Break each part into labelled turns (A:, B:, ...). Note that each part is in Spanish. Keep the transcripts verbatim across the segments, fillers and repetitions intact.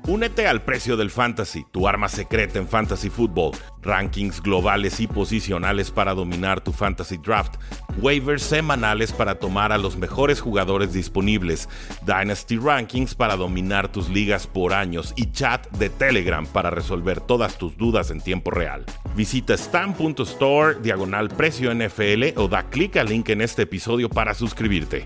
A: Únete al Precio del Fantasy, tu arma secreta en Fantasy Football. Rankings globales y posicionales para dominar tu Fantasy Draft. Waivers semanales para tomar a los mejores jugadores disponibles. Dynasty Rankings para dominar tus ligas por años. Y chat de Telegram para resolver todas tus dudas en tiempo real. Visita stan punto store, diagonal precio N F L o da clic al link en este episodio para suscribirte.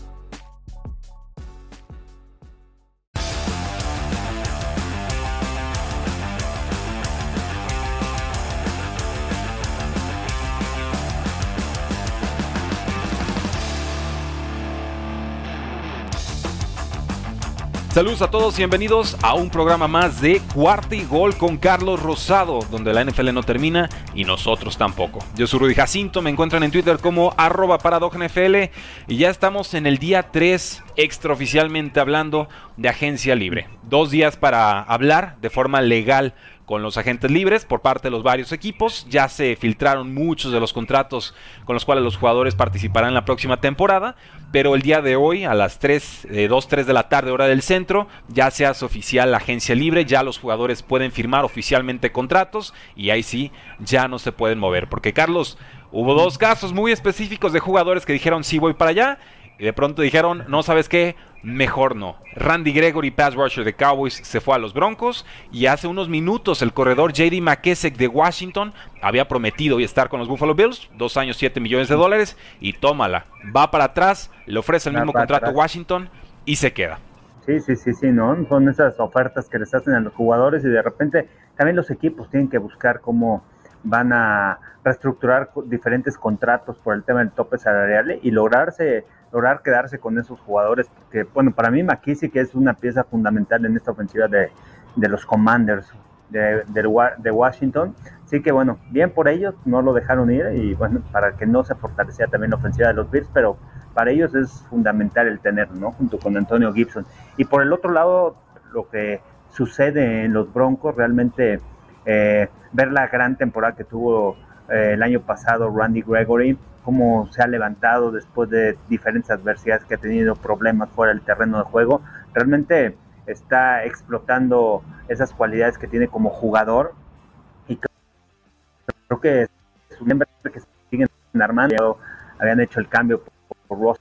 B: Saludos a todos y bienvenidos a un programa más de Cuarta y Gol con Carlos Rosado, donde la N F L no termina y nosotros tampoco. Yo soy Rudy Jacinto, me encuentran en Twitter como arroba paradojnfl y ya estamos en el día tres, extraoficialmente hablando de agencia libre. Dos días para hablar de forma legal con los agentes libres por parte de los varios equipos. Ya se filtraron muchos de los contratos con los cuales los jugadores participarán en la próxima temporada, pero el día de hoy a las tres, eh, dos, tres de la tarde hora del centro, ya se hace oficial la agencia libre, ya los jugadores pueden firmar oficialmente contratos y ahí sí, ya no se pueden mover, porque Carlos, hubo dos casos muy específicos de jugadores que dijeron sí voy para allá, y de pronto dijeron, no, ¿sabes qué? Mejor no. Randy Gregory, pass rusher de Cowboys, se fue a los Broncos y hace unos minutos el corredor J D McKissic de Washington había prometido estar con los Buffalo Bills, dos años, siete millones de dólares y tómala. Va para atrás, le ofrece el mismo contrato a Washington y se queda.
C: Sí, sí, sí, sí, ¿no? Son esas ofertas que les hacen a los jugadores y de repente también los equipos tienen que buscar cómo van a reestructurar diferentes contratos por el tema del tope salarial y lograrse lograr quedarse con esos jugadores, porque bueno, para mí McKissic es una pieza fundamental en esta ofensiva de, de los Commanders de, de, de Washington, así que bueno, bien por ellos, no lo dejaron ir y bueno, para que no se fortaleciera también la ofensiva de los Bills, pero para ellos es fundamental el tenerlo, ¿no? Junto con Antonio Gibson. Y por el otro lado, lo que sucede en los Broncos, realmente eh, ver la gran temporada que tuvo eh, el año pasado Randy Gregory, cómo se ha levantado después de diferentes adversidades que ha tenido, problemas fuera del terreno de juego, realmente está explotando esas cualidades que tiene como jugador y creo que es un miembro que siguen armando, habían hecho el cambio por, por Ross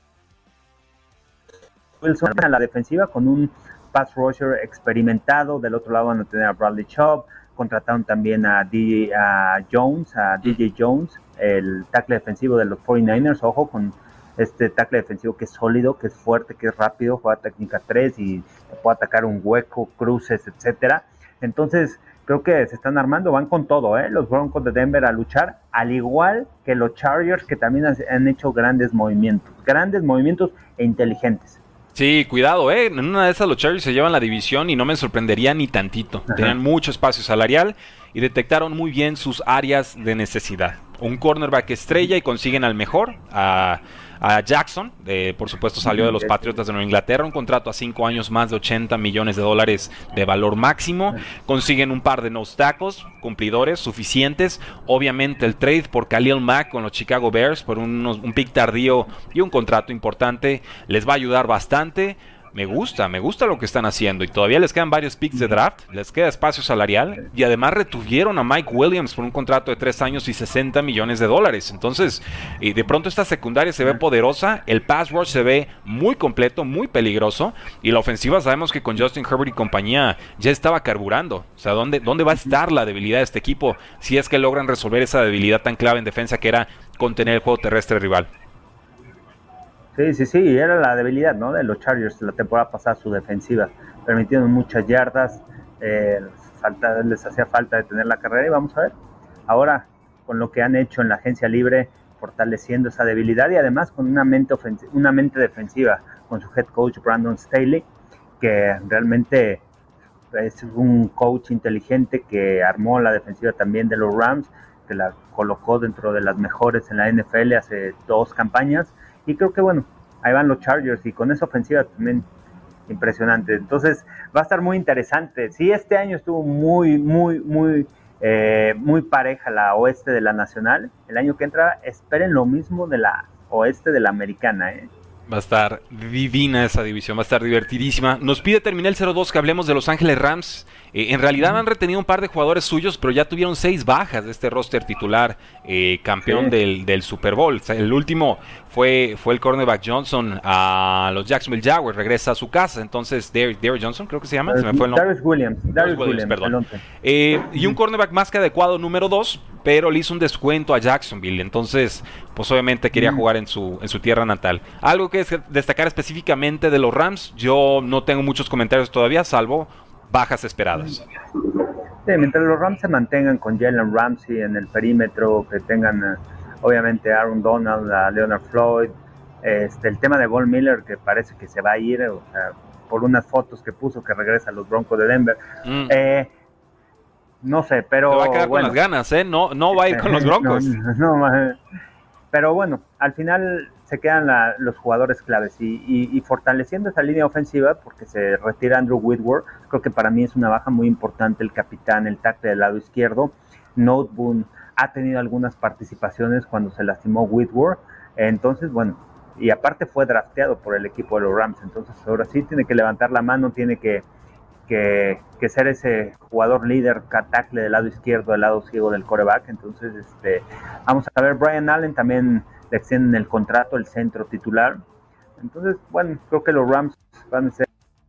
C: Wilson a la defensiva con un pass rusher experimentado, del otro lado van a tener a Bradley Chubb, contrataron también a, D, a Jones, a D J Jones, el tackle defensivo de los cuarenta y nueve ers, ojo con este tackle defensivo que es sólido, que es fuerte, que es rápido, juega técnica tres y puede atacar un hueco, cruces, etcétera. Entonces, creo que se están armando, van con todo, ¿eh? Los Broncos de Denver a luchar, al igual que los Chargers, que también han hecho grandes movimientos, grandes movimientos e inteligentes.
B: Sí, cuidado, ¿eh? En una de esas los Chargers se llevan la división y no me sorprendería ni tantito. Ajá. Tenían mucho espacio salarial y detectaron muy bien sus áreas de necesidad. Un cornerback estrella y consiguen al mejor, a, a Jackson, eh, por supuesto salió de los Patriotas de Nueva Inglaterra, un contrato a cinco años, más de ochenta millones de dólares de valor máximo. Consiguen un par de nose tackles, cumplidores, suficientes. Obviamente el trade por Khalil Mack con los Chicago Bears por unos, un pick tardío y un contrato importante les va a ayudar bastante. Me gusta, me gusta lo que están haciendo y todavía les quedan varios picks de draft, les queda espacio salarial y además retuvieron a Mike Williams por un contrato de tres años y sesenta millones de dólares. Entonces, y de pronto esta secundaria se ve poderosa, el pass rush se ve muy completo, muy peligroso y la ofensiva sabemos que con Justin Herbert y compañía ya estaba carburando. O sea, ¿dónde, dónde va a estar la debilidad de este equipo si es que logran resolver esa debilidad tan clave en defensa que era contener el juego terrestre rival?
C: Sí, sí, sí, era la debilidad, ¿no? De los Chargers la temporada pasada, su defensiva, permitieron muchas yardas, eh, falta, les hacía falta detener la carrera y vamos a ver, ahora con lo que han hecho en la agencia libre, fortaleciendo esa debilidad y además con una mente, ofensiva, una mente defensiva, con su head coach Brandon Staley, que realmente es un coach inteligente que armó la defensiva también de los Rams, que la colocó dentro de las mejores en la N F L hace dos campañas. Y creo que bueno, ahí van los Chargers y con esa ofensiva también impresionante. Entonces va a estar muy interesante. Sí, este año estuvo muy, muy, muy, eh, muy pareja la oeste de la nacional. El año que entra esperen lo mismo de la oeste de la americana. ¿eh?
B: Va a estar divina esa división, va a estar divertidísima. Nos pide terminar el cero dos que hablemos de Los Ángeles Rams. Eh, en realidad han retenido un par de jugadores suyos, pero ya tuvieron seis bajas de este roster titular, eh, campeón sí. del, del Super Bowl. O sea, el último fue, fue el cornerback Johnson a los Jacksonville Jaguars, regresa a su casa. Entonces, Derrick Johnson, creo que se llama, se me fue el nombre.
C: Darius Williams, Darius Williams,
B: Williams, perdón. Eh, y un cornerback más que adecuado, número dos, pero le hizo un descuento a Jacksonville. Entonces, pues obviamente quería mm. jugar en su, en su tierra natal. Algo que es destacar específicamente de los Rams, yo no tengo muchos comentarios todavía, salvo bajas esperadas.
C: Sí, mientras los Rams se mantengan con Jalen Ramsey en el perímetro, que tengan uh, obviamente a Aaron Donald, a Leonard Floyd, este, el tema de Von Miller, que parece que se va a ir, o sea, por unas fotos que puso que regresa a los Broncos de Denver. Mm. Eh, no sé, pero...
B: Se va a quedar
C: bueno,
B: con las ganas, ¿eh? No, no va a ir con los Broncos.
C: No, no, pero bueno, al final se quedan la, los jugadores claves y, y, y fortaleciendo esa línea ofensiva, porque se retira Andrew Whitworth. Creo que para mí es una baja muy importante el capitán, el tackle del lado izquierdo. Note Boone ha tenido algunas participaciones cuando se lastimó Whitworth, entonces bueno, y aparte fue drafteado por el equipo de los Rams, entonces ahora sí tiene que levantar la mano, tiene que, que, que ser ese jugador líder, tackle del lado izquierdo, del lado ciego del quarterback. Entonces este, vamos a ver, Brian Allen también le extienden el contrato, el centro titular. Entonces, bueno, creo que los Rams van a ser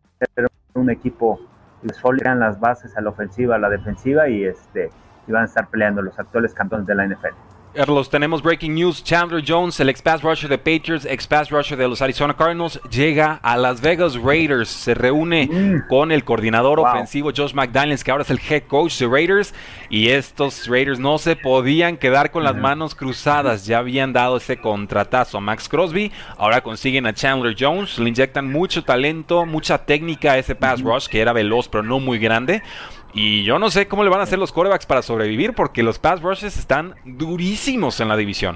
C: un equipo sólido en las bases a la ofensiva, a la defensiva, y este y van a estar peleando los actuales campeones de la N F L.
B: Carlos, tenemos breaking news. Chandler Jones, el ex pass rusher de Patriots, ex pass rusher de los Arizona Cardinals, llega a Las Vegas Raiders. Se reúne mm. con el coordinador wow. ofensivo Josh McDaniels, que ahora es el head coach de Raiders. Y estos Raiders no se podían quedar con las mm. manos cruzadas. Ya habían dado ese contratazo a Max Crosby. Ahora consiguen a Chandler Jones. Le inyectan mucho talento, mucha técnica a ese pass mm. rush, que era veloz pero no muy grande. Y yo no sé cómo le van a hacer los quarterbacks para sobrevivir, porque los pass rushes están durísimos en la división.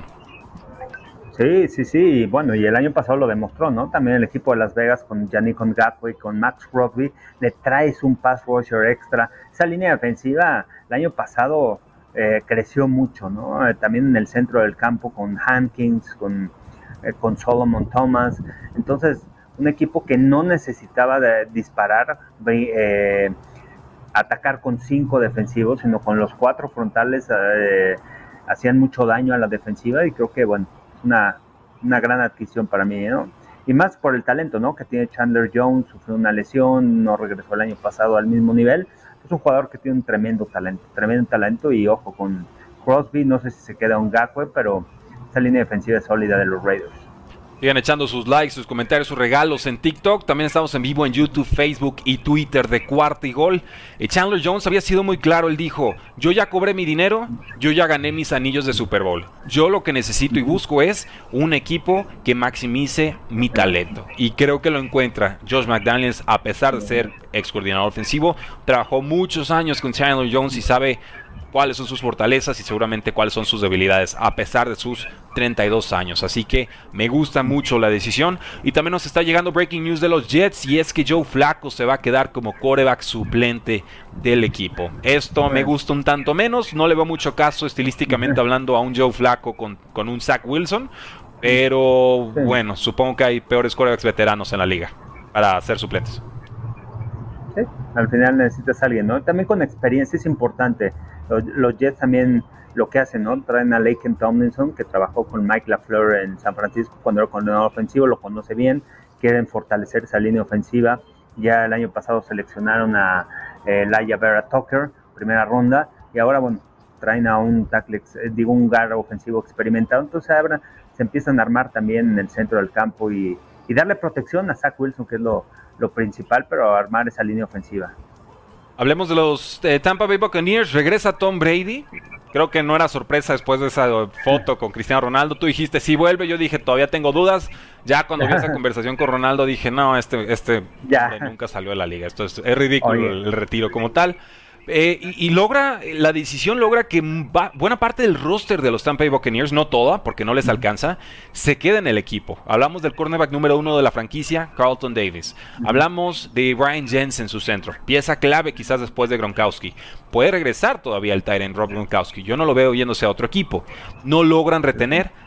C: Sí, sí, sí, y bueno, y el año pasado lo demostró, ¿no? También el equipo de Las Vegas con Yannick Ngakoue, con Max Crosby, le traes un pass rusher extra. Esa línea defensiva el año pasado eh, creció mucho, ¿no? Eh, también en el centro del campo con Hankins, con, eh, con Solomon Thomas. Entonces, un equipo que no necesitaba de disparar, eh, atacar con cinco defensivos, sino con los cuatro frontales eh, hacían mucho daño a la defensiva, y creo que bueno, es una, una gran adquisición para mí, ¿no? Y más por el talento, ¿no? Que tiene Chandler Jones, sufrió una lesión, no regresó el año pasado al mismo nivel. Es un jugador que tiene un tremendo talento, tremendo talento, y ojo con Crosby, no sé si se queda un Ngakoue, pero esa línea defensiva es sólida de los Raiders.
B: Sigan echando sus likes, sus comentarios, sus regalos en TikTok. También estamos en vivo en YouTube, Facebook y Twitter de Cuarta y Gol. Eh, Chandler Jones había sido muy claro. Él dijo, yo ya cobré mi dinero, yo ya gané mis anillos de Super Bowl. Yo lo que necesito y busco es un equipo que maximice mi talento. Y creo que lo encuentra. Josh McDaniels, a pesar de ser ex coordinador ofensivo, trabajó muchos años con Chandler Jones y sabe cuáles son sus fortalezas y seguramente cuáles son sus debilidades, a pesar de sus treinta y dos años. Así que me gusta mucho la decisión. Y también nos está llegando breaking news de los Jets, y es que Joe Flacco se va a quedar como quarterback suplente del equipo. Esto me gusta un tanto menos, no le veo mucho caso estilísticamente hablando a un Joe Flacco con, con un Zach Wilson, pero bueno, supongo que hay peores quarterbacks veteranos en la liga para ser suplentes.
C: Sí, al final necesitas a alguien, ¿no? También con experiencia es importante. Los, los Jets también lo que hacen, ¿no? Traen a Laken Tomlinson, que trabajó con Mike LaFleur en San Francisco cuando era coordinador ofensivo, lo conoce bien, quieren fortalecer esa línea ofensiva. Ya el año pasado seleccionaron a eh, Laia Vera Tucker, primera ronda, y ahora, bueno, traen a un tackle, digo, un guard ofensivo experimentado. Entonces ahora se empiezan a armar también en el centro del campo y, y darle protección a Zach Wilson, que es lo, lo principal, pero armar esa línea ofensiva.
B: Hablemos de los eh, Tampa Bay Buccaneers. Regresa Tom Brady. Creo que no era sorpresa después de esa foto con Cristiano Ronaldo. Tú dijiste, sí vuelve. Yo dije, todavía tengo dudas. Ya cuando vi esa conversación con Ronaldo dije, no, este, este ya. nunca salió de la liga. Esto es, es ridículo el, el retiro como tal. Eh, y, y logra, la decisión logra que va, buena parte del roster de los Tampa Bay Buccaneers, no toda, porque no les alcanza, se queda en el equipo. Hablamos del cornerback número uno de la franquicia, Carlton Davis. Hablamos de Brian Jensen, su centro, pieza clave quizás después de Gronkowski. Puede regresar todavía el tight end Rob Gronkowski. Yo no lo veo yéndose a otro equipo. No logran retener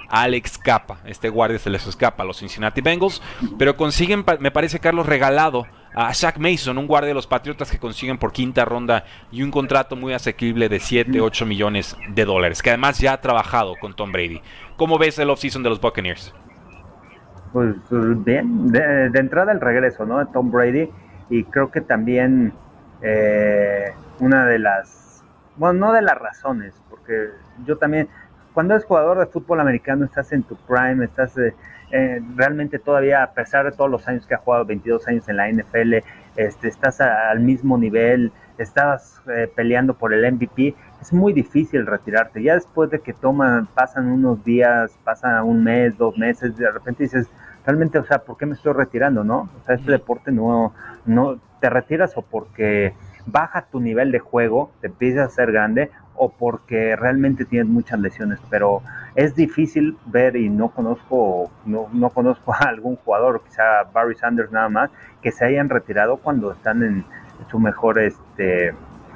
B: Alex Capa. Este guardia se les escapa a los Cincinnati Bengals, pero consiguen, me parece, Carlos, regalado a Shaq Mason, un guardia de los Patriotas que consiguen por quinta ronda y un contrato muy asequible de siete, ocho millones de dólares, que además ya ha trabajado con Tom Brady. ¿Cómo ves el offseason de los Buccaneers?
C: Pues bien, de, de entrada el regreso, ¿no?, de Tom Brady, y creo que también eh, una de las, bueno, no de las razones, porque yo también, cuando eres jugador de fútbol americano, estás en tu prime, estás eh, eh, realmente todavía, a pesar de todos los años que ha jugado, veintidós años en la N F L, este, estás a, al mismo nivel, estás eh, peleando por el M V P, es muy difícil retirarte. Ya después de que toman, pasan unos días, pasan un mes, dos meses, de repente dices, realmente, o sea, ¿por qué me estoy retirando, no? O sea, este deporte no, no te retiras o porque baja tu nivel de juego, te empiezas a ser grande, o porque realmente tienes muchas lesiones, pero es difícil ver, y no conozco no, no conozco a algún jugador, quizá Barry Sanders nada más, que se hayan retirado cuando están en su mejor, este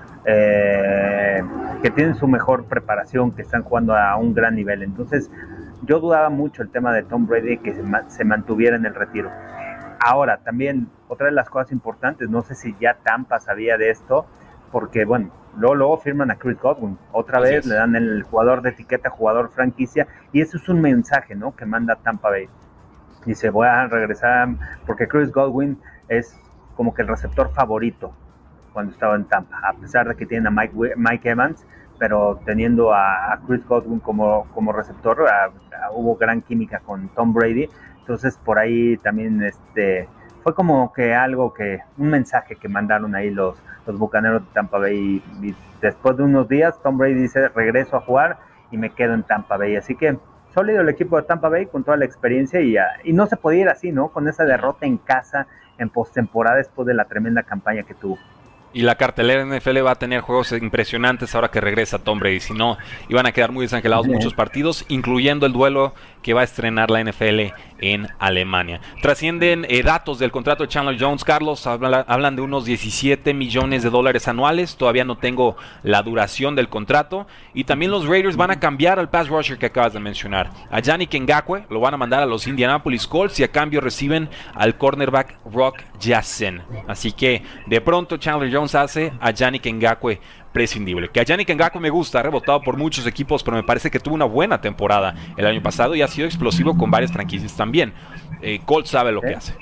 C: eh, que tienen su mejor preparación, que están jugando a un gran nivel. Entonces yo dudaba mucho el tema de Tom Brady, que se, se mantuviera en el retiro. Ahora, también, otra de las cosas importantes, no sé si ya Tampa sabía de esto, porque, bueno, luego, luego firman a Chris Godwin, otra Así vez es. Le dan el jugador de etiqueta, jugador franquicia, y eso es un mensaje, ¿no?, que manda Tampa Bay. Dice, voy a regresar, porque Chris Godwin es como que el receptor favorito cuando estaba en Tampa, a pesar de que tienen a Mike, Mike Evans, pero teniendo a, a Chris Godwin como, como receptor, a, a, hubo gran química con Tom Brady. Entonces por ahí también este fue como que algo que, un mensaje que mandaron ahí los, los Bucaneros de Tampa Bay, y, y después de unos días Tom Brady dice, regreso a jugar y me quedo en Tampa Bay. Así que sólido el equipo de Tampa Bay con toda la experiencia, y, y no se podía ir así, ¿no?, con esa derrota en casa en postemporada después de la tremenda campaña que tuvo.
B: Y la cartelera N F L va a tener juegos impresionantes ahora que regresa Tom Brady. Si no, iban a quedar muy desangelados sí. muchos partidos, incluyendo el duelo que va a estrenar la N F L en Alemania. Trascienden eh, datos del contrato de Chandler Jones, Carlos. Habla, hablan de unos diecisiete millones de dólares anuales. Todavía no tengo la duración del contrato. Y también los Raiders van a cambiar al pass rusher que acabas de mencionar. A Yannick Ngakoue lo van a mandar a los Indianapolis Colts, y a cambio reciben al cornerback Rock Ya-Sin. Así que de pronto Chandler Jones hace a Yannick Ngakoue prescindible. Que a Yannick Ngakoue me gusta, ha rebotado por muchos equipos, pero me parece que tuvo una buena temporada el año pasado y ha sido explosivo con varias franquicias también. Eh, Colt sabe lo que hace.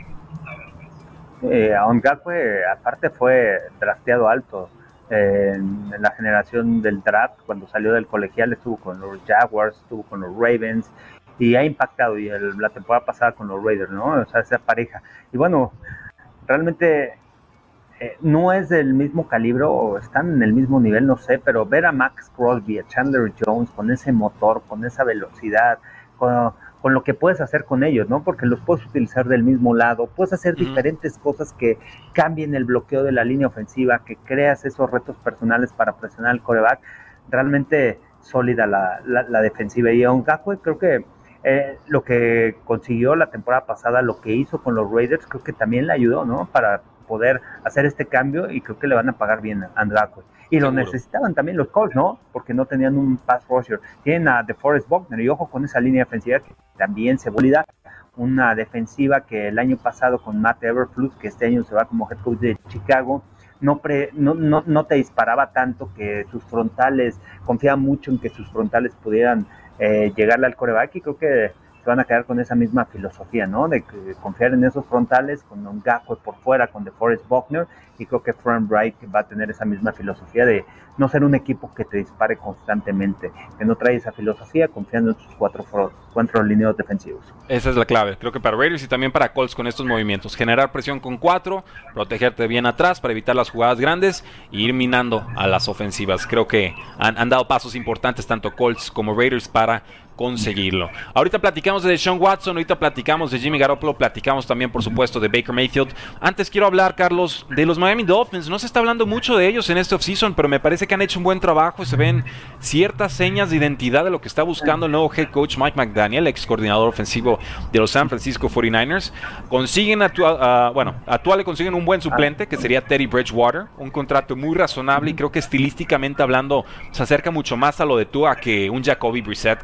C: Eh, a Ngakoue aparte fue drafteado alto eh, en, en la generación del draft. Cuando salió del colegial estuvo con los Jaguars, estuvo con los Ravens, y ha impactado, y el, la temporada pasada con los Raiders, ¿no? O sea, esa pareja. Y bueno, realmente Eh, no es del mismo calibre, o están en el mismo nivel, no sé, pero ver a Max Crosby, a Chandler Jones con ese motor, con esa velocidad, con, con lo que puedes hacer con ellos, ¿no? Porque los puedes utilizar del mismo lado, puedes hacer uh-huh. diferentes cosas que cambien el bloqueo de la línea ofensiva, que creas esos retos personales para presionar al quarterback. Realmente sólida la, la, la defensiva. Y a Ngakoue creo que eh, lo que consiguió la temporada pasada, lo que hizo con los Raiders, creo que también le ayudó, ¿no? Para poder hacer este cambio, y creo que le van a pagar bien a Ngakoue. Y Seguro. Lo necesitaban también los Colts, ¿no? Porque no tenían un pass rusher. Tienen a DeForest Buckner, y ojo con esa línea defensiva que también se volida. Una defensiva que el año pasado con Matt Eberflus, que este año se va como head coach de Chicago, no, pre, no, no, no te disparaba tanto, que sus frontales, confiaba mucho en que sus frontales pudieran eh, llegarle al quarterback, y creo que se van a quedar con esa misma filosofía, ¿no? De, de confiar en esos frontales, con Ngakoue por fuera, con DeForest Buckner, y creo que Frank Reich va a tener esa misma filosofía de no ser un equipo que te dispare constantemente, que no trae esa filosofía, confiando en sus cuatro, cuatro lineos defensivos.
B: Esa es la clave, creo que para Raiders y también para Colts con estos movimientos, generar presión con cuatro, protegerte bien atrás para evitar las jugadas grandes y ir minando a las ofensivas. Creo que han, han dado pasos importantes tanto Colts como Raiders para conseguirlo. Ahorita platicamos de Deshaun Watson, ahorita platicamos de Jimmy Garoppolo, platicamos también por supuesto de Baker Mayfield. Antes quiero hablar, Carlos, de los Miami Dolphins. No se está hablando mucho de ellos en este offseason, pero me parece que han hecho un buen trabajo y se ven ciertas señas de identidad de lo que está buscando el nuevo head coach Mike McDaniel, ex coordinador ofensivo de los San Francisco cuarenta y nueve ers. Consiguen a, uh, bueno, a Tua le consiguen un buen suplente que sería Teddy Bridgewater, un contrato muy razonable y creo que estilísticamente hablando se acerca mucho más a lo de Tua que un Jacoby Brissett, que era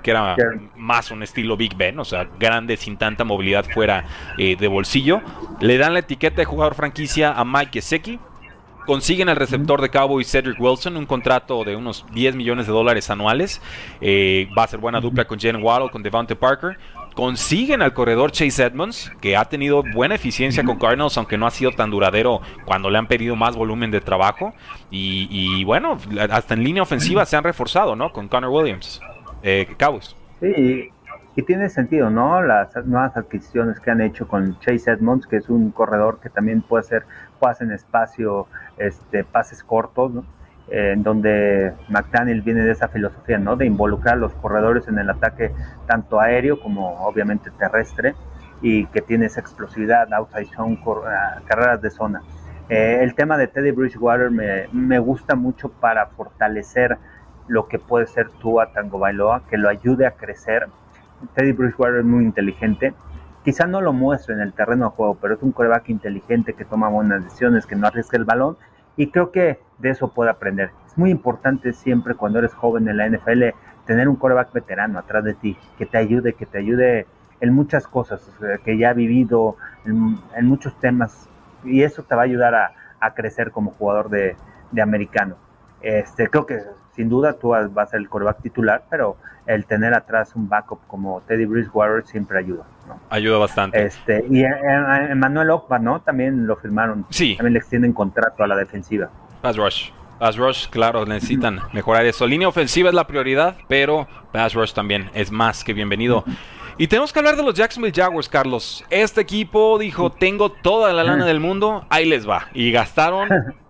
C: ser
B: más un estilo Big Ben, o sea, grande sin tanta movilidad fuera eh, de bolsillo. Le dan la etiqueta de jugador franquicia a Mike Gesicki. Consiguen al receptor de Cowboys Cedric Wilson, un contrato de unos diez millones de dólares anuales. Eh, va a ser buena dupla con Jalen Waddle, con Devontae Parker. Consiguen al corredor Chase Edmonds, que ha tenido buena eficiencia con Cardinals, aunque no ha sido tan duradero cuando le han pedido más volumen de trabajo. Y, y bueno, hasta en línea ofensiva se han reforzado, ¿no? Con Connor Williams, eh, Cowboys.
C: Sí, y tiene sentido, ¿no? Las nuevas adquisiciones que han hecho con Chase Edmonds, que es un corredor que también puede hacer pases en espacio, este, pases cortos, ¿no? Eh, en donde McDaniel viene de esa filosofía, ¿no? De involucrar a los corredores en el ataque tanto aéreo como obviamente terrestre, y que tiene esa explosividad, outside zone, cor- carreras de zona. Eh, el tema de Teddy Bridgewater me, me gusta mucho para fortalecer lo que puede ser Tua Tagovailoa, que lo ayude a crecer. Teddy Bridgewater es muy inteligente, quizá no lo muestre en el terreno de juego, pero es un quarterback inteligente que toma buenas decisiones, que no arriesga el balón, y creo que de eso puede aprender. Es muy importante siempre cuando eres joven en la N F L tener un quarterback veterano atrás de ti, que te ayude, que te ayude en muchas cosas, o sea, que ya ha vivido en, en muchos temas, y eso te va a ayudar a, a crecer como jugador de, de americano. Este, creo que sin duda tú vas a ser el quarterback titular, pero el tener atrás un backup como Teddy Bridgewater siempre ayuda, ¿no?
B: Ayuda bastante.
C: Este, y Emmanuel Ogbah, ¿no? También lo firmaron.
B: Sí.
C: También le extienden contrato a la defensiva.
B: Pass rush. Pass rush, claro, necesitan mejorar eso. Línea ofensiva es la prioridad, pero pass rush también es más que bienvenido. Y tenemos que hablar de los Jacksonville Jaguars, Carlos. Este equipo dijo, tengo toda la lana del mundo, ahí les va. Y gastaron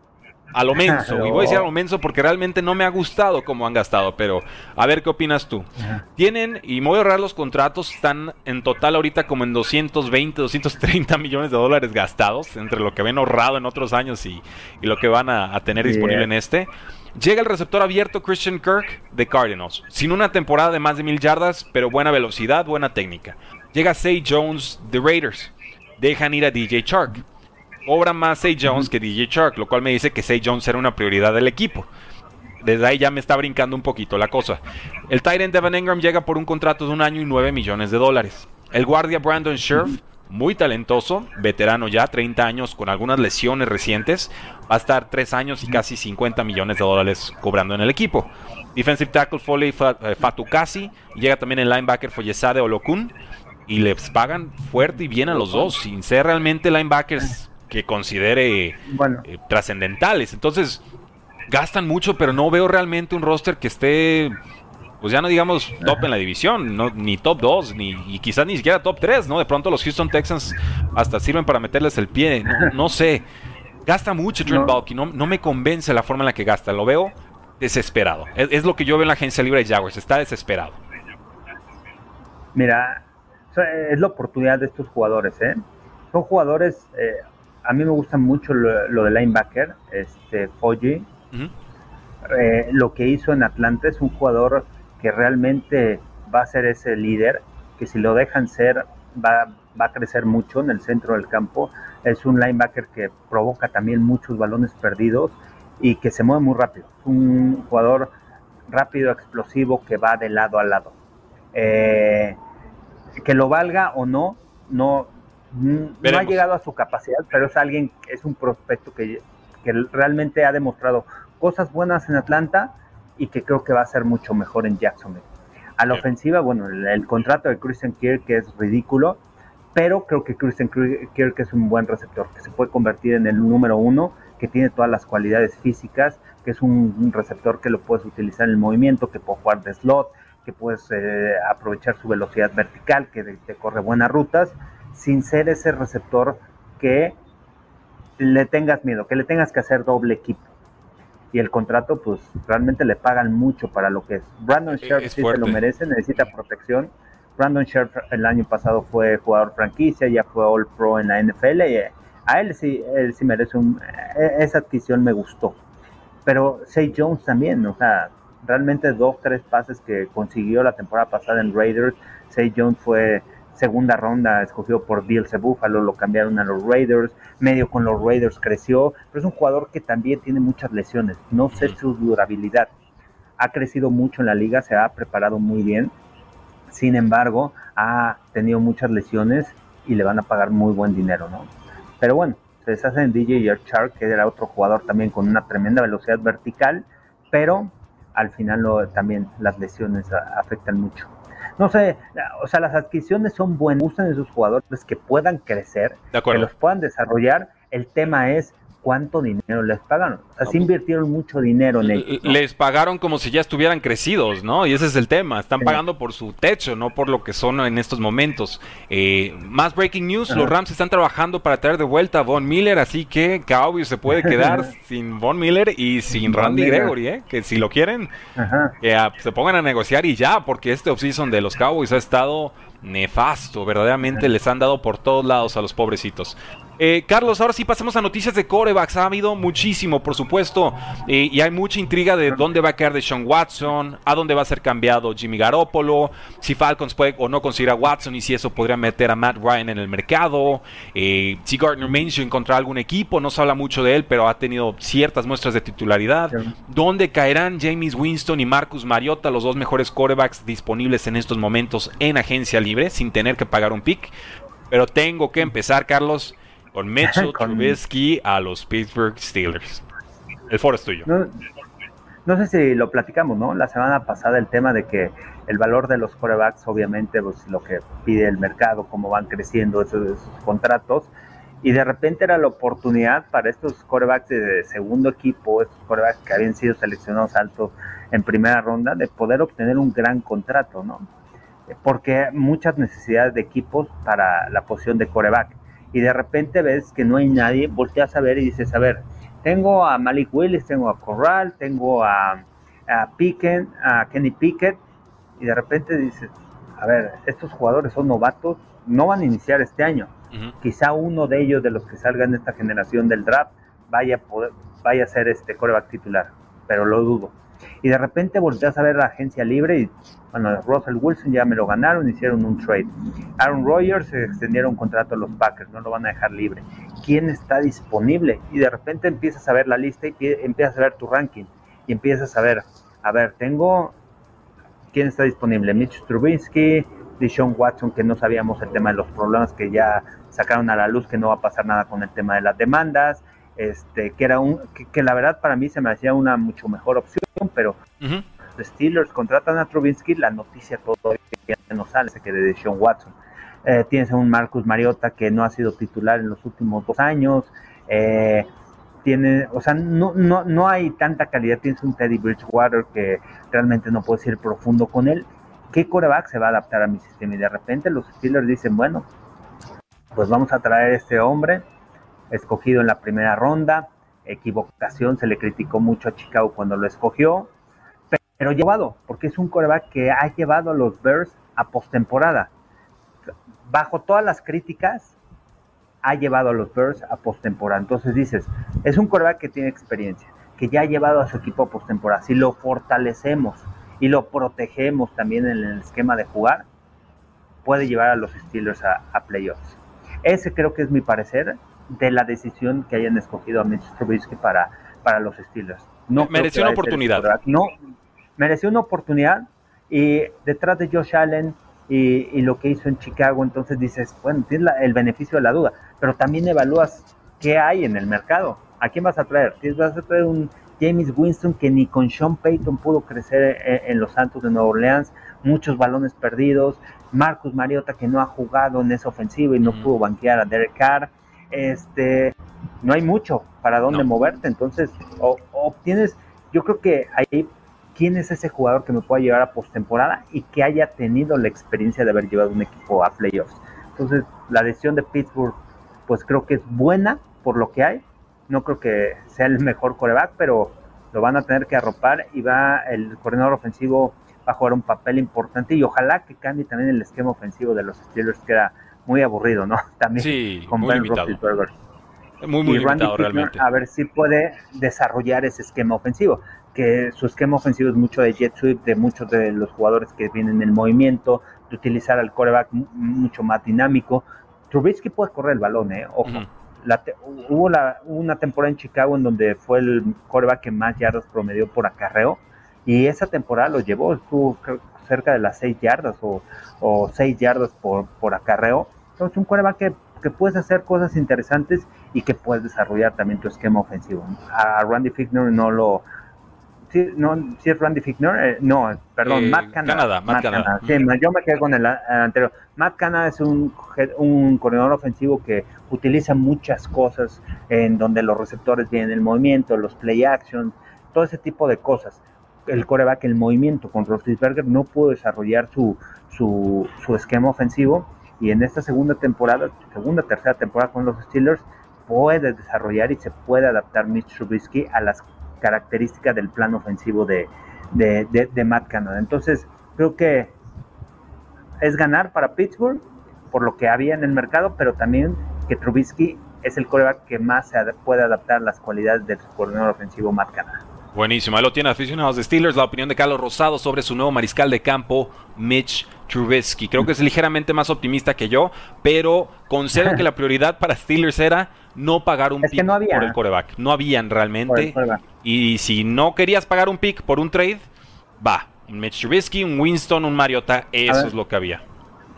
B: a lo menso. Y voy a decir a lo menso porque realmente no me ha gustado cómo han gastado. Pero a ver qué opinas tú. Tienen, y me voy a ahorrar los contratos, están en total ahorita como en doscientos veinte, doscientos treinta millones de dólares gastados, entre lo que ven ahorrado en otros años y, y lo que van a, a tener disponible yeah. en este. Llega el receptor abierto Christian Kirk de Cardinals, sin una temporada de más de mil yardas, pero buena velocidad, buena técnica. Llega Zay Jones de Raiders. Dejan ir a D J Chark. Cobra más Zay Jones que D J Chark, lo cual me dice que Zay Jones era una prioridad del equipo. Desde ahí ya me está brincando un poquito la cosa. El tight end Evan Engram llega por un contrato de un año y nueve millones de dólares. El guardia Brandon Scherf, muy talentoso, veterano ya, treinta años, con algunas lesiones recientes, va a estar tres años y casi cincuenta millones de dólares cobrando en el equipo. Defensive tackle Foley Fatukasi, llega también el linebacker Foyesade Olokun, y les pagan fuerte y bien a los dos, sin ser realmente linebackers que considere bueno. eh, trascendentales. Entonces gastan mucho, pero no veo realmente un roster que esté, pues ya no digamos top en la división, no, ni top dos, ni, y quizás ni siquiera top tres, ¿no? De pronto los Houston Texans hasta sirven para meterles el pie, no, no sé. Gasta mucho Trent no. Baalke, no, no me convence la forma en la que gasta, lo veo desesperado. Es, es lo que yo veo en la agencia libre de Jaguars, está desesperado.
C: Mira, es la oportunidad de estos jugadores, ¿eh? Son jugadores, eh, a mí me gusta mucho lo, lo de linebacker, este Foye. Uh-huh. Eh, lo que hizo en Atlanta es un jugador que realmente va a ser ese líder, que si lo dejan ser va, va a crecer mucho en el centro del campo. Es un linebacker que provoca también muchos balones perdidos y que se mueve muy rápido. Es un jugador rápido, explosivo, que va de lado a lado. Eh, que lo valga o no, no, no ha llegado a su capacidad, pero es alguien, es un prospecto que, que realmente ha demostrado cosas buenas en Atlanta y que creo que va a ser mucho mejor en Jacksonville. A la sí. ofensiva, bueno, el, el contrato de Christian Kirk es ridículo, pero creo que Christian Kirk es un buen receptor, que se puede convertir en el número uno, que tiene todas las cualidades físicas, que es un, un receptor que lo puedes utilizar en el movimiento, que puede jugar de slot, que puedes eh, aprovechar su velocidad vertical, que te corre buenas rutas, sin ser ese receptor que le tengas miedo, que le tengas que hacer doble equipo. Y el contrato, pues, realmente le pagan mucho para lo que es. Brandon Scherf sí se lo merece, necesita protección. Brandon Scherf el año pasado fue jugador franquicia, ya fue All Pro en la N F L, y a él sí, él sí merece un... Esa adquisición me gustó. Pero Zay Jones también, o sea, realmente dos, tres pases que consiguió la temporada pasada en Raiders. Zay Jones fue segunda ronda, escogido por Bills de Buffalo, lo cambiaron a los Raiders, medio con los Raiders creció, pero es un jugador que también tiene muchas lesiones, no sé su durabilidad. Ha crecido mucho en la liga, se ha preparado muy bien, Sin embargo, ha tenido muchas lesiones y le van a pagar muy buen dinero, ¿no? Pero bueno, se deshacen de D J Chark, que era otro jugador también con una tremenda velocidad vertical, pero al final lo, también las lesiones a, afectan mucho. No sé, o sea, las adquisiciones son buenas, gustan esos jugadores que puedan crecer, que los puedan desarrollar. El tema es cuánto dinero les pagan. O sea, sí invirtieron mucho dinero en ellos, ¿no?
B: Les pagaron como si ya estuvieran crecidos, ¿no? Y ese es el tema. Están sí. pagando por su techo, no por lo que son en estos momentos. Eh, más breaking news, Ajá. los Rams están trabajando para traer de vuelta a Von Miller, así que Cowboys se puede quedar sin Von Miller y sin Von Randy Miller. Gregory, ¿eh? Que si lo quieren, que a, se pongan a negociar y ya, porque este offseason de los Cowboys ha estado nefasto, verdaderamente Ajá. les han dado por todos lados a los pobrecitos. Eh, Carlos, ahora sí pasemos a noticias de quarterbacks. Ha habido muchísimo, por supuesto, eh, y hay mucha intriga de dónde va a quedar Deshaun Watson, a dónde va a ser cambiado Jimmy Garoppolo, si Falcons puede o no conseguir a Watson y si eso podría meter a Matt Ryan en el mercado, eh, si Gardner Minshew encontrará algún equipo, no se habla mucho de él, pero ha tenido ciertas muestras de titularidad. Sí. ¿Dónde caerán Jameis Winston y Marcus Mariota, los dos mejores quarterbacks disponibles en estos momentos en agencia libre, sin tener que pagar un pick? Pero tengo que empezar, Carlos, con Mitchell Trubisky a los Pittsburgh Steelers. El foro es tuyo.
C: No, no sé si lo platicamos, ¿no? La semana pasada el tema de que el valor de los quarterbacks, obviamente, pues lo que pide el mercado, cómo van creciendo esos, esos contratos, y de repente era la oportunidad para estos quarterbacks de segundo equipo, estos quarterbacks que habían sido seleccionados altos en primera ronda, de poder obtener un gran contrato, ¿no? Porque muchas necesidades de equipos para la posición de quarterback. Y de repente ves que no hay nadie, volteas a ver y dices, a ver, tengo a Malik Willis, tengo a Corral, tengo a, a Pickett, a Kenny Pickett, y de repente dices, a ver, estos jugadores son novatos, no van a iniciar este año. Uh-huh. Quizá uno de ellos, de los que salgan de esta generación del draft, vaya a, poder, vaya a ser este quarterback titular, pero lo dudo. Y de repente volteas a ver la agencia libre y, bueno, Russell Wilson ya me lo ganaron, hicieron un trade. Aaron Rodgers se extendieron un contrato a los Packers, no lo van a dejar libre. ¿Quién está disponible? Y de repente empiezas a ver la lista y pie, empiezas a ver tu ranking y empiezas a ver, a ver, tengo, ¿quién está disponible? Mitch Trubisky, Deshaun Watson, que no sabíamos el tema de los problemas que ya sacaron a la luz, que no va a pasar nada con el tema de las demandas. Este, que era un, que, que la verdad para mí se me hacía una mucho mejor opción, pero uh-huh. los Steelers contratan a Trubisky, la noticia todavía no sale, que de Deshaun Watson. Eh, tienes a un Marcus Mariota que no ha sido titular en los últimos dos años, eh, tiene, o sea, no, no, no hay tanta calidad. Tienes un Teddy Bridgewater que realmente no puedes ir profundo con él. ¿Qué quarterback se va a adaptar a mi sistema? Y de repente los Steelers dicen, bueno, pues vamos a traer a este hombre escogido en la primera ronda, equivocación, se le criticó mucho a Chicago cuando lo escogió, pero llevado, porque es un quarterback que ha llevado a los Bears a postemporada. Bajo todas las críticas, ha llevado a los Bears a postemporada. Entonces dices, es un quarterback que tiene experiencia, que ya ha llevado a su equipo a postemporada. Si lo fortalecemos y lo protegemos también en el esquema de jugar, puede llevar a los Steelers a, a playoffs. Ese creo que es mi parecer de la decisión que hayan escogido a Mitch Trubisky para, para los Steelers. No
B: mereció una oportunidad.
C: No, mereció una oportunidad y detrás de Josh Allen y, y lo que hizo en Chicago, entonces dices, bueno, tienes la, el beneficio de la duda, pero también evalúas qué hay en el mercado. ¿A quién vas a traer? ¿Tienes, vas a traer un Jameis Winston que ni con Sean Payton pudo crecer en, en los Santos de Nueva Orleans, muchos balones perdidos, Marcus Mariota que no ha jugado en esa ofensiva y no mm. pudo banquear a Derek Carr. Este, no hay mucho para dónde no. moverte, entonces o, obtienes, yo creo que ahí, ¿quién es ese jugador que me pueda llevar a postemporada y que haya tenido la experiencia de haber llevado un equipo a playoffs? Entonces, la decisión de Pittsburgh, pues creo que es buena por lo que hay, no creo que sea el mejor quarterback, pero lo van a tener que arropar y va, el coordinador ofensivo va a jugar un papel importante y ojalá que cambie también el esquema ofensivo de los Steelers, que era muy aburrido, ¿no? También
B: sí,
C: con
B: muy
C: Ben
B: limitado.
C: Roethlisberger.
B: Muy, muy
C: y
B: limitado
C: Randy
B: realmente.
C: Fichtner, a ver si puede desarrollar ese esquema ofensivo, que su esquema ofensivo es mucho de jet sweep, de muchos de los jugadores que vienen en el movimiento, de utilizar al quarterback m- mucho más dinámico. Trubisky puede correr el balón, ¿eh? Ojo. Uh-huh. La te- hubo la, una temporada en Chicago en donde fue el quarterback que más yardas promedió por acarreo, y esa temporada lo llevó, estuvo, cerca de las seis yardas o, o seis yardas por, por acarreo. Entonces, un quarterback que, que puedes hacer cosas interesantes y que puedes desarrollar también tu esquema ofensivo. A Randy Fichtner no lo... Sí, no, ¿sí es Randy Fichtner? Eh, no, perdón,
B: eh,
C: Matt Canada.
B: Canada, Matt
C: Matt
B: Canada.
C: Canada. Sí, yo me quedé con el, el anterior. Matt Canada es un, un coordinador ofensivo que utiliza muchas cosas en donde los receptores vienen el movimiento, los play action, todo ese tipo de cosas. El quarterback, el movimiento con Roethlisberger no pudo desarrollar su, su, su esquema ofensivo, y en esta segunda temporada, segunda, tercera temporada con los Steelers, puede desarrollar y se puede adaptar Mitch Trubisky a las características del plan ofensivo de, de, de, de Matt Canada. Entonces, creo que es ganar para Pittsburgh por lo que había en el mercado, pero también que Trubisky es el quarterback que más se ad- puede adaptar las cualidades del coordinador ofensivo Matt Canada.
B: Buenísimo, ahí lo tienen aficionados de Steelers, la opinión de Carlos Rosado sobre su nuevo mariscal de campo, Mitch Trubisky. Creo que es ligeramente más optimista que yo, pero concedo que la prioridad para Steelers era no pagar un
C: Es que
B: pick
C: no había.
B: por el quarterback. No habían
C: Por
B: realmente.
C: el quarterback.
B: Y si no querías pagar un pick por un trade, va, un Mitch Trubisky, un Winston, un Mariota, eso es lo que había.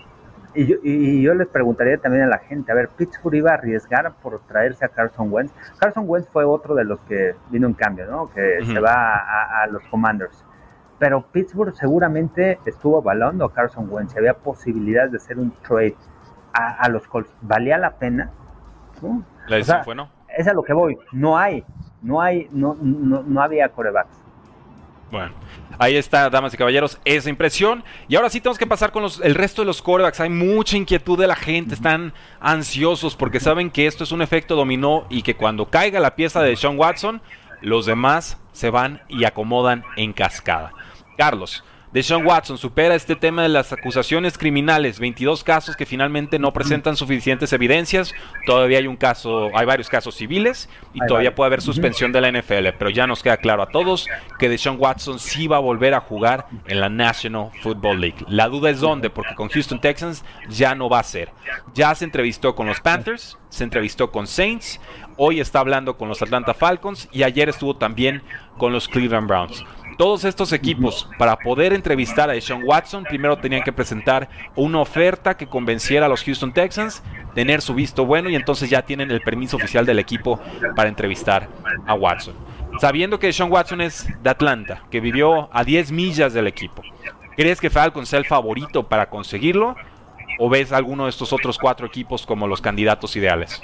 C: Y yo, y yo les preguntaría también a la gente, a ver, Pittsburgh iba a arriesgar por traerse a Carson Wentz. Carson Wentz fue otro de los que vino en cambio, ¿no? Que
B: Uh-huh.
C: se va a, a los Commanders. Pero Pittsburgh seguramente estuvo avalando a Carson Wentz. Si había posibilidades de hacer un trade a, a los Colts, ¿valía la pena? ¿No?
B: La
C: O
B: decisión
C: sea,
B: fue no.
C: es a lo que voy. No hay, no hay, no, no, no había quarterbacks.
B: Bueno, ahí está, damas y caballeros, esa impresión. Y ahora sí tenemos que pasar con los, el resto de los quarterbacks. Hay mucha inquietud de la gente, están ansiosos porque saben que esto es un efecto dominó y que cuando caiga la pieza de Deshaun Watson, los demás se van y acomodan en cascada. Carlos, Deshaun Watson supera este tema de las acusaciones criminales, veintidós casos que finalmente no presentan suficientes evidencias. Todavía hay un caso, hay varios casos civiles y
C: Hay
B: todavía
C: varios.
B: puede haber suspensión de la N F L, pero ya nos queda claro a todos que Deshaun Watson sí va a volver a jugar en la National Football League. La duda es dónde, porque con Houston Texans ya no va a ser. Ya se entrevistó con los Panthers, se entrevistó con Saints, hoy está hablando con los Atlanta Falcons y ayer estuvo también con los Cleveland Browns. Todos estos equipos, para poder entrevistar a Deshaun Watson, primero tenían que presentar una oferta que convenciera a los Houston Texans, tener su visto bueno, y entonces ya tienen el permiso oficial del equipo para entrevistar a Watson. Sabiendo que Deshaun Watson es de Atlanta, que vivió a diez millas del equipo, ¿crees que Falcons sea el favorito para conseguirlo? ¿O ves alguno de estos otros cuatro equipos como los candidatos ideales?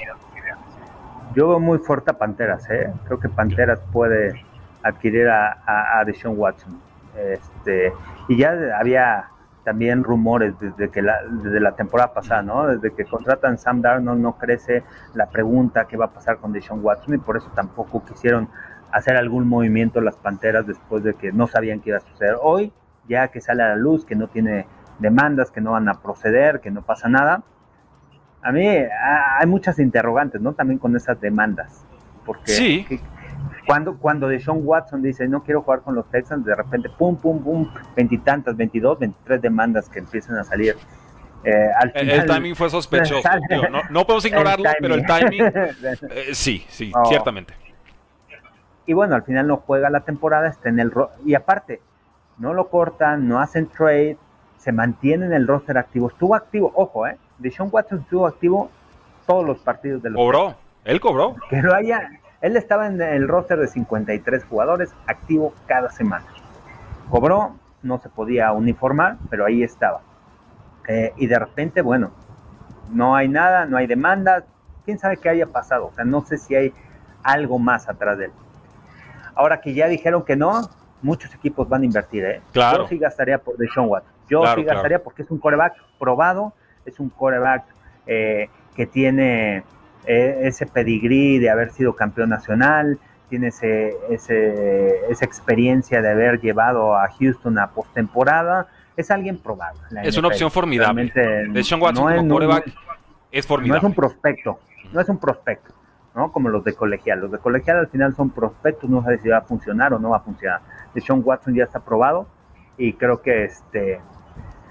C: Yo veo muy fuerte a Panteras, ¿eh? Creo que Panteras puede adquirir a, a, a Deshaun Watson. Este, y ya había también rumores desde que la, desde la temporada pasada, ¿no? Desde que contratan Sam Darnold no crece la pregunta qué va a pasar con Deshaun Watson, y por eso tampoco quisieron hacer algún movimiento las Panteras después de que no sabían qué iba a suceder. Hoy, ya que sale a la luz, que no tiene demandas, que no van a proceder, que no pasa nada, a mí a, hay muchas interrogantes, ¿no? También con esas demandas. Porque
B: Sí.
C: que, Cuando, cuando Deshaun Watson dice no quiero jugar con los Texans, de repente pum, pum, pum, veintitantas, veintidós, veintitrés demandas que empiezan a salir. Eh, al
B: El,
C: final,
B: el timing fue sospechoso. Digo, no, no podemos ignorarlo,
C: el
B: pero el timing, eh, sí, sí,
C: Oh.
B: ciertamente.
C: Y bueno, al final no juega la temporada, está en el ro- y aparte, no lo cortan, no hacen trade, se mantiene en el roster activo. Estuvo activo, ojo, eh, Deshaun Watson estuvo activo todos los partidos de los
B: Cobró, él cobró.
C: que lo haya. Él estaba en el roster de cincuenta y tres jugadores, activo cada semana. Cobró, no se podía uniformar, pero ahí estaba. Eh, y de repente, bueno, no hay nada, no hay demanda. ¿Quién sabe qué haya pasado? O sea, no sé si hay algo más atrás de él. Ahora que ya dijeron que no, muchos equipos van a invertir, ¿eh?
B: Claro.
C: Yo sí gastaría por Deshaun Watson. Yo
B: Claro,
C: sí gastaría
B: claro.
C: porque es un quarterback probado, es un quarterback eh, que tiene eh, ese pedigrí de haber sido campeón nacional, tiene ese, ese, esa experiencia de haber llevado a Houston a postemporada. Es alguien probado. en la
B: Es
C: N F L.
B: una opción formidable.
C: Realmente
B: Deshaun Watson
C: no es-
B: como
C: no-
B: quarterback
C: no-
B: es
C: no
B: formidable.
C: es un prospecto, no es un prospecto, ¿no? Como los de colegial. Los de colegial al final son prospectos, no sabes si va a funcionar o no va a funcionar. Deshaun Watson ya está probado y creo que este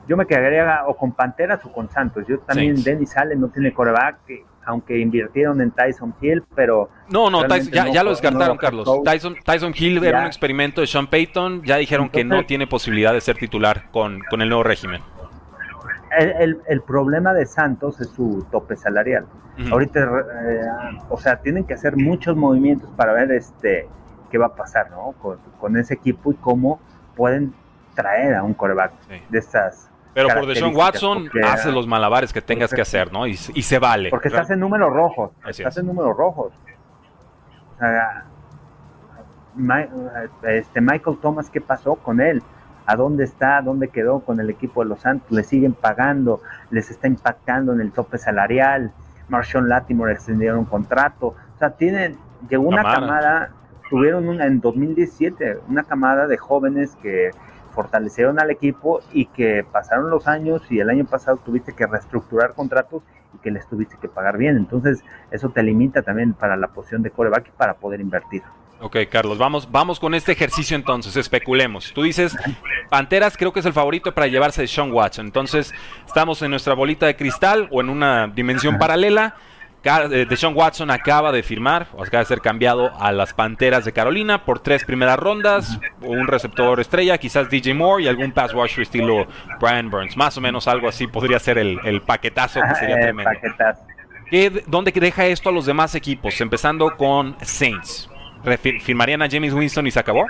C: yo me quedaría o con Panteras o con Santos. Yo también,
B: Saints.
C: Dennis Allen no tiene quarterback, aunque invirtieron en Tyson Hill, pero...
B: No, no, Tyson, ya,
C: no,
B: ya lo descartaron,
C: no,
B: Carlos.
C: no,
B: Tyson, Tyson Hill
C: ya.
B: era un experimento de Sean Payton, ya dijeron
C: Entonces,
B: que no tiene posibilidad de ser titular con, con el nuevo régimen.
C: El, el, el problema de Santos es su tope salarial. Uh-huh. Ahorita, eh, o sea, tienen que hacer muchos movimientos para ver este qué va a pasar, ¿no? Con, con ese equipo y cómo pueden traer a un quarterback sí. de estas.
B: Pero por Deshaun Watson,
C: porque,
B: hace los malabares que tengas
C: porque,
B: que hacer, ¿no? Y, y se vale.
C: Porque estás en números rojos.
B: Así
C: estás
B: es.
C: en números rojos. O sea, My, este Michael Thomas, ¿qué pasó con él? ¿A dónde está? ¿Dónde quedó con el equipo de los Santos? Le siguen pagando, les está impactando en el tope salarial. Marshawn Lattimore extendieron un contrato. O sea, tienen, llegó una camada, camada tuvieron una en dos mil diecisiete, una camada de jóvenes que fortalecieron al equipo y que pasaron los años y el año pasado tuviste que reestructurar contratos y que les tuviste que pagar bien. Entonces, eso te limita también para la posición de quarterback y para poder invertir.
B: Ok, Carlos, vamos, vamos con este ejercicio entonces, especulemos. Tú dices, Panteras creo que es el favorito para llevarse de Deshaun Watson. Entonces, estamos en nuestra bolita de cristal o en una dimensión paralela. Deshaun Watson acaba de firmar, o acaba de ser cambiado a las Panteras de Carolina por tres primeras rondas, un receptor estrella, quizás D J Moore y algún pass rusher estilo Brian Burns. Más o menos algo así podría ser el, el paquetazo que sería
C: eh,
B: tremendo.
C: Paquetazo.
B: ¿Qué, ¿Dónde deja esto a los demás equipos? Empezando con Saints. ¿Firmarían a Jameis Winston y se acabó?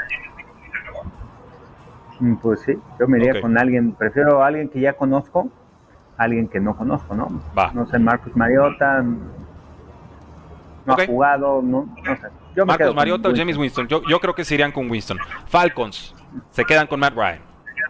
C: Pues sí, yo me iría
B: okay.
C: con alguien, prefiero a alguien que ya conozco, a alguien que no conozco, ¿no?
B: Va.
C: No sé, Marcus Mariota, no okay. ha jugado, no, no sé. Yo me
B: Marcus
C: quedo
B: Mariota o Jameis Winston, yo, yo creo que se irían con Winston. Falcons, se quedan con Matt Ryan.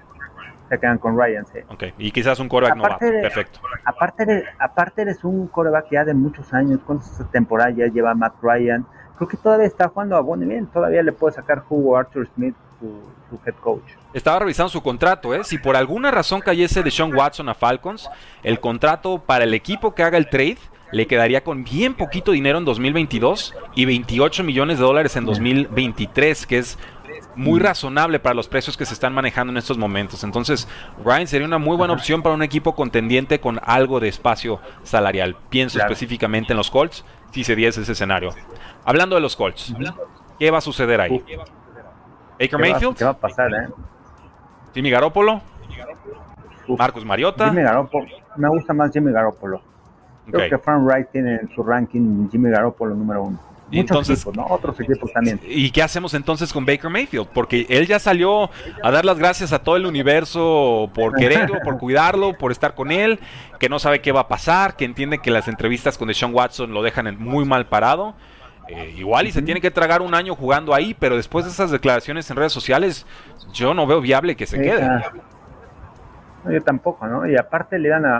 C: Se quedan con Ryan, sí.
B: Ok, y quizás un quarterback novato,
C: de,
B: perfecto.
C: Aparte, de, aparte eres un quarterback ya de muchos años, ¿cuántas temporadas ya lleva Matt Ryan? Creo que todavía está jugando a buen nivel, todavía le puede sacar jugo a Arthur Smith, su, su head coach.
B: Estaba revisando su contrato, ¿eh? Si por alguna razón cayese Deshaun Watson a Falcons, el contrato para el equipo que haga el trade le quedaría con bien poquito dinero en dos mil veintidós y veintiocho millones de dólares en dos mil veintitrés, que es muy razonable para los precios que se están manejando en estos momentos. Entonces, Ryan sería una muy buena Ajá. opción para un equipo contendiente con algo de espacio salarial. Pienso claro. específicamente en los Colts, si se diese ese escenario. Hablando de los Colts, ¿qué va a suceder ahí?
C: Uf.
B: ¿Baker Mayfield?
C: ¿Qué va a pasar, eh?
B: ¿Jimmy Garoppolo?
C: Uf.
B: ¿Marcus Mariota?
C: Jimmy Garoppolo. Me gusta más Jimmy Garoppolo. Creo okay. que Frank Wright tiene en su ranking Jimmy Garoppolo número uno. Muchos entonces, equipos, ¿no? Otros equipos también.
B: ¿Y qué hacemos entonces con Baker Mayfield? Porque él ya salió a dar las gracias a todo el universo por quererlo, por cuidarlo, por estar con él, que no sabe qué va a pasar, que entiende que las entrevistas con Deshaun Watson lo dejan en muy mal parado. Eh, igual y uh-huh. se tiene que tragar un año jugando ahí, pero después de esas declaraciones en redes sociales, yo no veo viable que se quede.
C: Uh, no, yo tampoco, ¿no? Y aparte le iban a,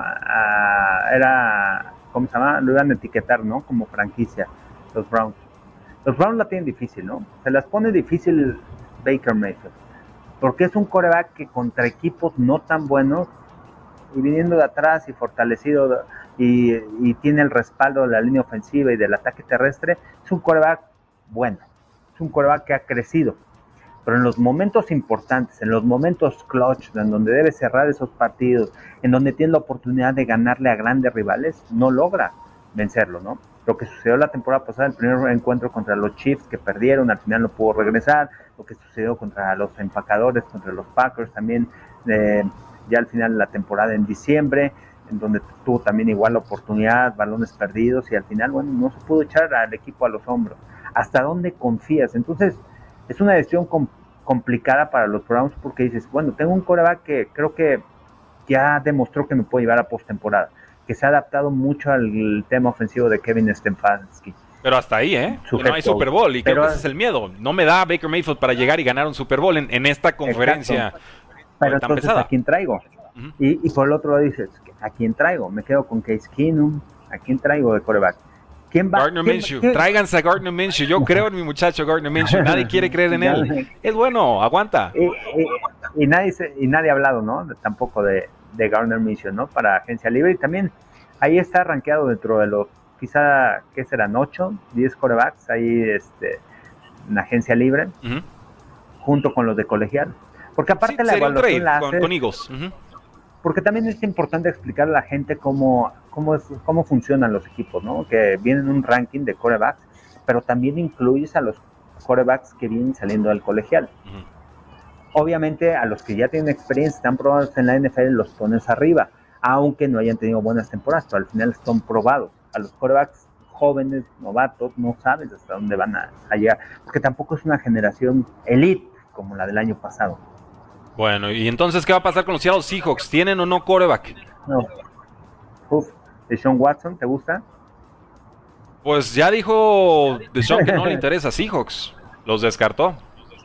C: a era, ¿cómo se llama? Lo iban a etiquetar, ¿no? Como franquicia, los Browns. Los Browns la tienen difícil, ¿no? Se las pone difícil Baker Mayfield, porque es un quarterback que contra equipos no tan buenos y viniendo de atrás y fortalecido y, y tiene el respaldo de la línea ofensiva y del ataque terrestre, es un quarterback bueno, es un quarterback que ha crecido, pero en los momentos importantes, en los momentos clutch, en donde debe cerrar esos partidos, en donde tiene la oportunidad de ganarle a grandes rivales, no logra vencerlo, ¿no? Lo que sucedió la temporada pasada, el primer encuentro contra los Chiefs, que perdieron, al final no pudo regresar, lo que sucedió contra los empacadores, contra los Packers también, eh, ya al final de la temporada en diciembre, en donde tuvo también igual la oportunidad, balones perdidos, y al final, bueno, no se pudo echar al equipo a los hombros. ¿Hasta dónde confías? Entonces, es una decisión com- complicada para los Browns, porque dices, bueno, tengo un quarterback que creo que ya demostró que me puede llevar a postemporada, que se ha adaptado mucho al tema ofensivo de Kevin Stefanski.
B: Pero hasta ahí, ¿eh? No hay Super Bowl y creo
C: pero,
B: que ese es el miedo. No me da Baker Mayfield para llegar y ganar un Super Bowl en, en esta conferencia.
C: Exacto. Pero
B: tan
C: entonces,
B: pesada.
C: ¿a quién traigo? Uh-huh. Y, y por el otro lado dices, ¿a quién traigo? Me quedo con Case Keenum. ¿A quién traigo de quarterback? ¿Quién va?
B: Gardner
C: ¿quién,
B: Minshew.
C: ¿quién?
B: Tráiganse a Gardner Minshew. Yo creo en mi muchacho Gardner Minshew. Nadie quiere creer en él. Es bueno, aguanta.
C: Y, y, y, nadie, se, y nadie ha hablado, ¿no? De, tampoco de, de Gardner Minshew, ¿no? Para agencia libre. Y también ahí está rankeado dentro de los, quizá, ¿qué serán? ocho, diez quarterbacks ahí este, en agencia libre, uh-huh. junto con los de colegial. Porque aparte
B: sí,
C: la evaluación
B: un trade
C: la
B: con,
C: haces,
B: con Eagles. Uh-huh.
C: porque también es importante explicar a la gente cómo, cómo, es, cómo funcionan los equipos, ¿no? Que vienen un ranking de quarterbacks, pero también incluyes a los quarterbacks que vienen saliendo del colegial. Uh-huh. Obviamente a los que ya tienen experiencia, están probados en la N F L, los pones arriba, aunque no hayan tenido buenas temporadas, pero al final están probados. A los quarterbacks jóvenes, novatos, no sabes hasta dónde van a, a llegar, porque tampoco es una generación elite como la del año pasado.
B: Bueno, y entonces, ¿qué va a pasar con los Seattle Seahawks? ¿Tienen o no quarterback?
C: No. Uf, Deshaun Watson, ¿te gusta?
B: Pues ya dijo Deshaun que no le interesa a Seahawks. Los descartó.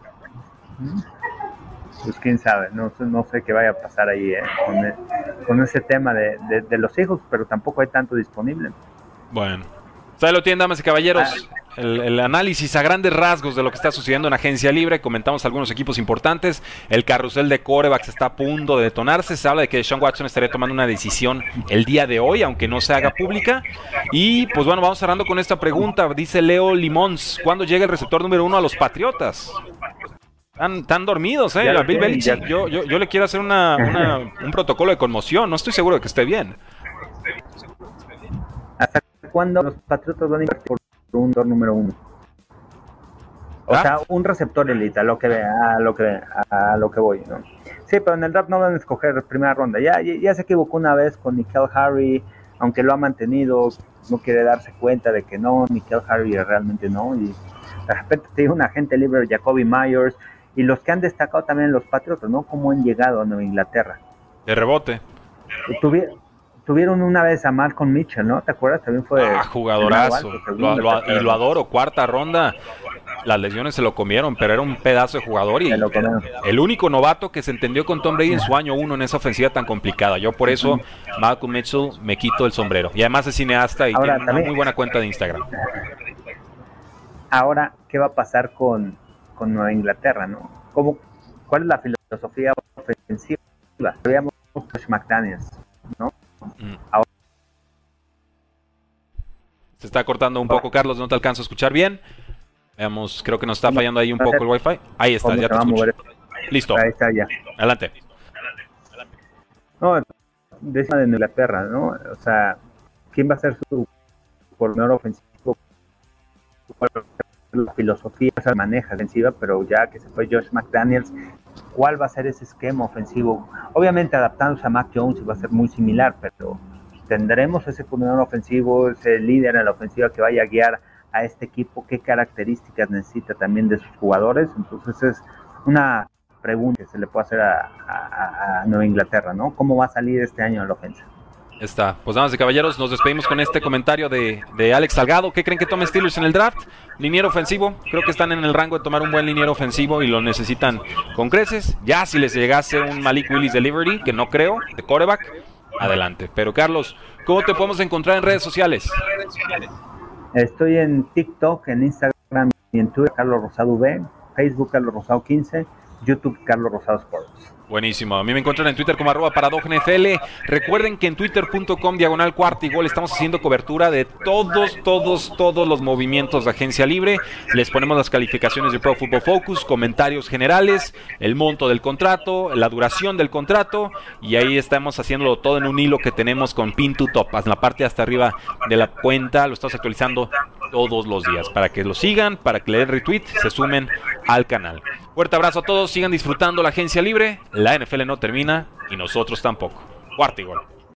C: Pues quién sabe, no, no sé qué vaya a pasar ahí eh, con, el, con ese tema de, de, de los Seahawks, pero tampoco hay tanto disponible.
B: Bueno, ahí lo tienen, damas y caballeros, el, el análisis a grandes rasgos de lo que está sucediendo en Agencia Libre. Comentamos algunos equipos importantes. El carrusel de quarterbacks está a punto de detonarse. Se habla de que Deshaun Watson estaría tomando una decisión el día de hoy, aunque no se haga pública. Y pues bueno, vamos cerrando con esta pregunta. Dice Leo Limons, ¿cuándo llega el receptor número uno a los Patriotas? Están, están dormidos, ¿eh? A Bill Belichick. Yo, yo, yo le quiero hacer una, una, un protocolo de conmoción. No estoy seguro de que esté bien.
C: ¿Hasta cuándo los Patriotas van a invertir por un receptor número uno? O ¿Ah? sea, un receptor elite, a lo que a lo que a lo que voy, ¿no? Sí, pero en el draft no van a escoger primera ronda. Ya, ya, ya se equivocó una vez con N'Keal Harry, aunque lo ha mantenido, no quiere darse cuenta de que no, N'Keal Harry realmente no. Y de repente tiene un agente libre, Jacoby Myers, y los que han destacado también los Patriotas, ¿no? Cómo han llegado a Nueva Inglaterra.
B: De rebote.
C: Tuvieron, tuvieron una vez a Malcolm Mitchell, ¿no? ¿Te acuerdas? También fue...
B: Ah, jugadorazo. Alto, lo, lo, y lo adoro. Cuarta ronda. Las lesiones se lo comieron, pero era un pedazo de jugador y el único novato que se entendió con Tom Brady en su año uno en esa ofensiva tan complicada. Yo por eso, Malcolm Mitchell, me quito el sombrero. Y además es cineasta y ahora, tiene una también, muy buena cuenta de Instagram.
C: Ahora, ¿qué va a pasar con, con Nueva Inglaterra, no? ¿Cómo, ¿Cuál es la filosofía ofensiva? Habíamos Josh McDaniels, ¿no? Mm. Ahora,
B: se está cortando un poco, Carlos, no te alcanzo a escuchar bien. Veamos, creo que nos está fallando ahí un poco el wifi. Ahí está, ya te escucho. Listo.
C: Ahí está, ya.
B: Adelante.
C: No, décima de Inglaterra, ¿no? O sea, ¿quién va a ser su coordinador ofensivo? La filosofía se maneja ofensiva, pero ya que se fue Josh McDaniels, ¿cuál va a ser ese esquema ofensivo? Obviamente adaptándose a Mac Jones va a ser muy similar, pero tendremos ese coordinador ofensivo, ese líder en la ofensiva que vaya a guiar a este equipo, qué características necesita también de sus jugadores. Entonces es una pregunta que se le puede hacer a, a, a Nueva Inglaterra, ¿no? ¿Cómo va a salir este año en la ofensa?
B: Está, pues damas y caballeros, nos despedimos con este comentario de, de Alex Salgado. ¿Qué creen que tome Steelers en el draft? Liniero ofensivo, creo que están en el rango de tomar un buen liniero ofensivo y lo necesitan con creces. Ya si les llegase un Malik Willis de Liberty, que no creo, de quarterback, adelante. Pero Carlos, ¿cómo te podemos encontrar en redes sociales?
C: Estoy en TikTok, en Instagram y en Twitter, Carlos Rosado V, Facebook, Carlos Rosado quince, YouTube, Carlos Rosado Sports.
B: Buenísimo. A mí me encuentran en Twitter como arroba paradogNFL. Recuerden que en twitter punto com diagonal cuarta y gol estamos haciendo cobertura de todos, todos, todos los movimientos de Agencia Libre. Les ponemos las calificaciones de Pro Football Focus, comentarios generales, el monto del contrato, la duración del contrato, y ahí estamos haciéndolo todo en un hilo que tenemos con pin to top, en la parte hasta arriba de la cuenta. Lo estamos actualizando todos los días para que lo sigan, para que le den retweet, se sumen al canal. Fuerte abrazo a todos, sigan disfrutando la Agencia Libre. La N F L no termina y nosotros tampoco. Cuarta y gol.